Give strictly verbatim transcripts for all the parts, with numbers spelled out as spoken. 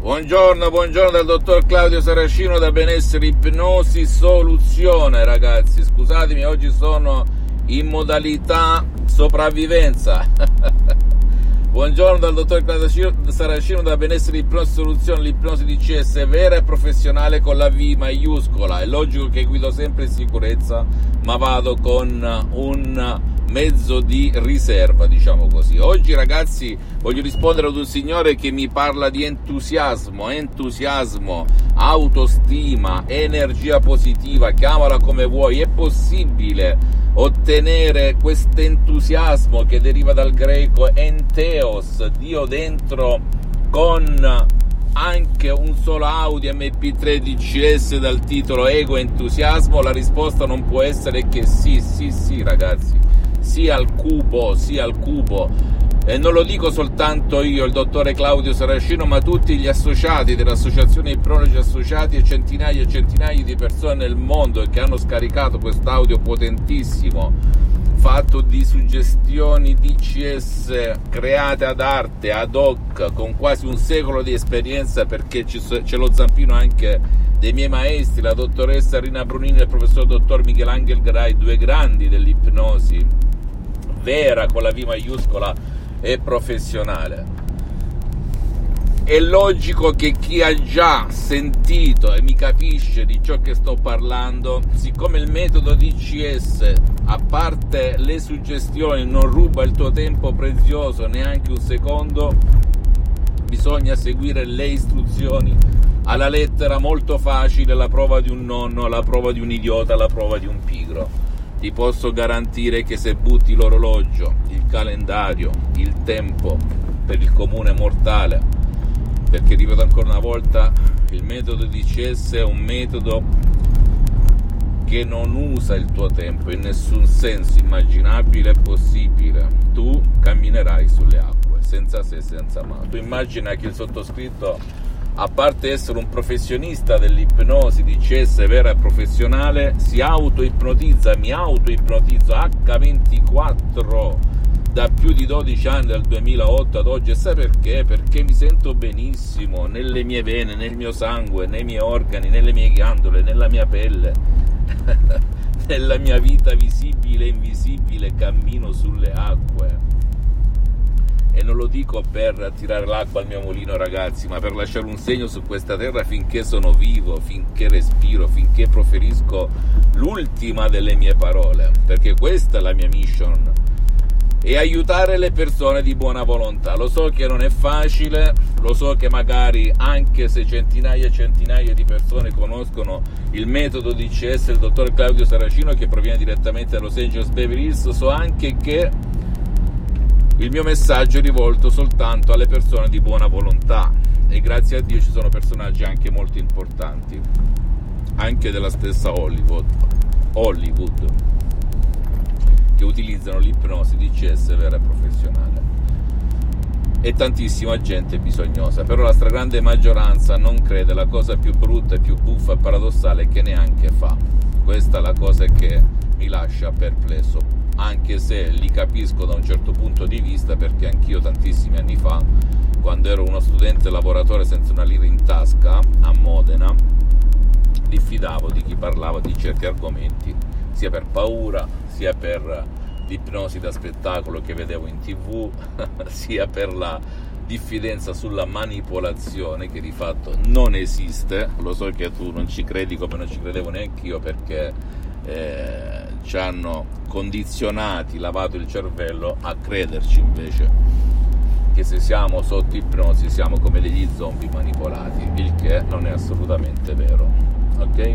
Buongiorno, buongiorno dal dottor Claudio Saracino da Benessere Ipnosi Soluzione, ragazzi. Scusatemi, oggi sono in modalità sopravvivenza. Buongiorno dal dottor Claudio Saracino da Benessere Ipnosi Soluzione, l'ipnosi D C S vera e professionale con la V maiuscola. È logico che guido sempre in sicurezza, ma vado con un mezzo di riserva, diciamo così. Oggi, ragazzi, voglio rispondere ad un signore che mi parla di entusiasmo, entusiasmo, autostima, energia positiva, chiamala come vuoi. È possibile ottenere questo entusiasmo che deriva dal greco entheos, Dio dentro, con anche un solo audio M P tre D C S dal titolo Ego Entusiasmo? La risposta non può essere che sì, sì, sì, ragazzi. Sì al cubo, sì al cubo. E non lo dico soltanto io, il dottore Claudio Saracino, ma tutti gli associati dell'associazione Ipnologi Associati e centinaia e centinaia di persone nel mondo che hanno scaricato quest'audio potentissimo, fatto di suggestioni D C S create ad arte, ad hoc, con quasi un secolo di esperienza, perché c'è lo zampino anche dei miei maestri, la dottoressa Rina Brunini e il professor dottor Michelangelo Garai, due grandi dell'ipnosi vera con la V maiuscola e professionale. È logico che chi ha già sentito e mi capisce di ciò che sto parlando, siccome il metodo D C S, a parte le suggestioni, non ruba il tuo tempo prezioso neanche un secondo, bisogna seguire le istruzioni alla lettera, molto facile, la prova di un nonno, la prova di un idiota, la prova di un pigro. Ti posso garantire che se butti l'orologio, il calendario, il tempo per il comune mortale, perché ripeto ancora una volta, il metodo D C S è un metodo che non usa il tuo tempo in nessun senso immaginabile e possibile. Tu camminerai sulle acque, senza se, senza ma. Tu immagina che il sottoscritto, a parte essere un professionista dell'ipnosi D C S vera e professionale, si auto-ipnotizza, mi auto-ipnotizzo acca ventiquattro da più di dodici anni, dal duemilaotto ad oggi. E sai perché? Perché mi sento benissimo nelle mie vene, nel mio sangue, nei miei organi, nelle mie ghiandole, nella mia pelle, nella mia vita visibile e invisibile, cammino sulle acque. E non lo dico per tirare l'acqua al mio mulino, ragazzi, ma per lasciare un segno su questa terra finché sono vivo, finché respiro, finché proferisco l'ultima delle mie parole, perché questa è la mia mission, e aiutare le persone di buona volontà. Lo so che non è facile, lo so che magari, anche se centinaia e centinaia di persone conoscono il metodo D C S del dottor Claudio Saracino, che proviene direttamente da Los Angeles Beverly Hills, so anche che il mio messaggio è rivolto soltanto alle persone di buona volontà, e grazie a Dio ci sono personaggi anche molto importanti, anche della stessa Hollywood, Hollywood che utilizzano l'ipnosi D C S vera e professionale, e tantissima gente bisognosa. Però la stragrande maggioranza non crede, la cosa più brutta e più buffa e paradossale, che neanche fa. Questa è la cosa che mi lascia perplesso, anche se li capisco da un certo punto di vista, perché anch'io tantissimi anni fa, quando ero uno studente lavoratore senza una lira in tasca a Modena, diffidavo di chi parlava di certi argomenti, sia per paura, sia per l'ipnosi da spettacolo che vedevo in tv, sia per la diffidenza sulla manipolazione, che di fatto non esiste. Lo so che tu non ci credi, come non ci credevo neanche io, perché eh, ci hanno condizionati, lavato il cervello a crederci invece che se siamo sotto ipnosi siamo come degli zombie manipolati, il che non è assolutamente vero, ok?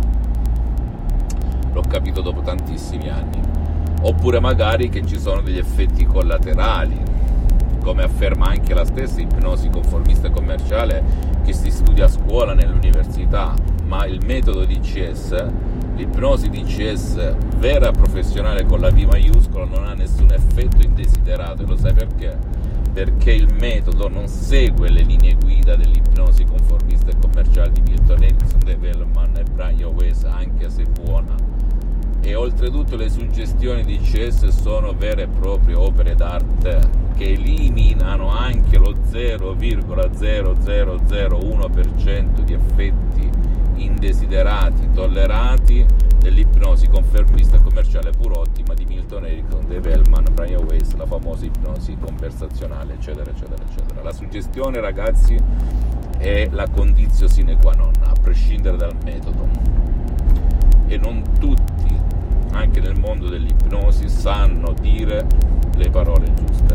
L'ho capito dopo tantissimi anni. Oppure magari che ci sono degli effetti collaterali, come afferma anche la stessa ipnosi conformista e commerciale che si studia a scuola, nell'università, ma il metodo D C S, l'ipnosi D C S vera professionale con la V maiuscola, non ha nessun effetto indesiderato. E lo sai perché? Perché il metodo non segue le linee guida dell'ipnosi conformista e commerciale di Milton Erickson, Dave Hellman e Brian Weiss, anche se buona. E oltretutto le suggestioni D C S sono vere e proprie opere d'arte che elimina hanno anche lo zero virgola zero zero zero uno per cento di effetti indesiderati tollerati dell'ipnosi confermista commerciale pur ottima di Milton Erickson, Dave Hellman, Brian Weiss, la famosa ipnosi conversazionale, eccetera eccetera eccetera. La suggestione, ragazzi, è la condizio sine qua non, a prescindere dal metodo, e non tutti, anche nel mondo dell'ipnosi, sanno dire le parole giuste,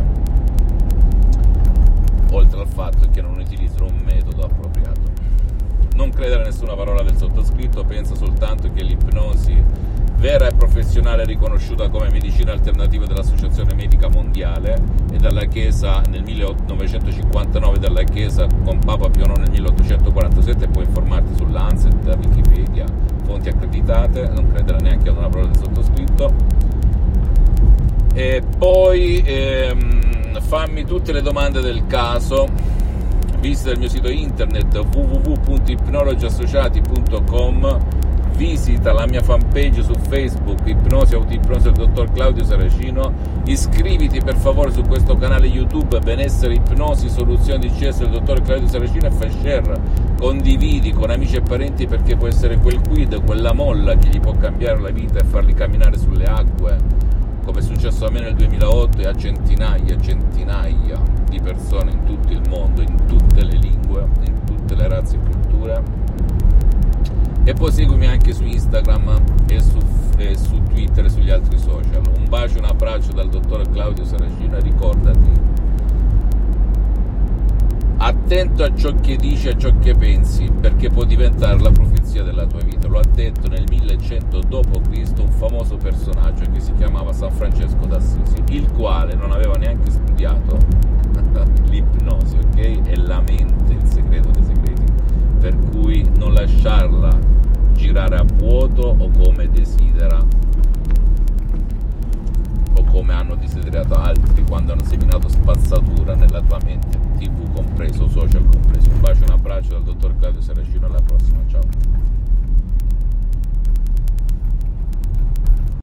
oltre al fatto che non utilizzano un metodo appropriato. Non credere a nessuna parola del sottoscritto, pensa soltanto che l'ipnosi vera e professionale, riconosciuta come medicina alternativa dall'Associazione Medica Mondiale e dalla Chiesa nel millenovecentocinquantanove, dalla Chiesa con Papa Pio nono nel milleottocentoquarantasette, puoi informarti sulla Lancet, da Wikipedia, fonti accreditate, non credere neanche ad una parola del sottoscritto. E poi ehm, fammi tutte le domande del caso. Visita il mio sito internet w w w punto ipnologi associati punto com, visita la mia fanpage su Facebook, Ipnosi Autoipnosi del dottor Claudio Saracino, iscriviti per favore su questo canale YouTube Benessere Ipnosi Soluzioni di C S del dottor Claudio Saracino e fai share, condividi con amici e parenti, perché può essere quel quid, quella molla che gli può cambiare la vita e farli camminare sulle acque, come è successo a me nel duemilaotto e a centinaia e centinaia di persone in tutto il mondo, in tutte le lingue, in tutte le razze e culture. E poi seguimi anche su Instagram e su, e su Twitter e sugli altri social. Un bacio, un abbraccio dal dottor Claudio Saracino e ricordati, attento a ciò che dici e a ciò che pensi, perché può diventare la profezia della tua vita. Lo ha detto nel millecento dopo Cristo un famoso personaggio che si chiamava San Francesco d'Assisi, il quale non aveva neanche studiato l'ipnosi, ok? È la mente il segreto dei segreti, per cui non lasciarla girare a vuoto o come desidera o come hanno desiderato altri quando hanno seminato spazzatura nella tua mente, tv compreso, social compreso. Un bacio, un abbraccio dal dottor Claudio Saracino, alla prossima, ciao.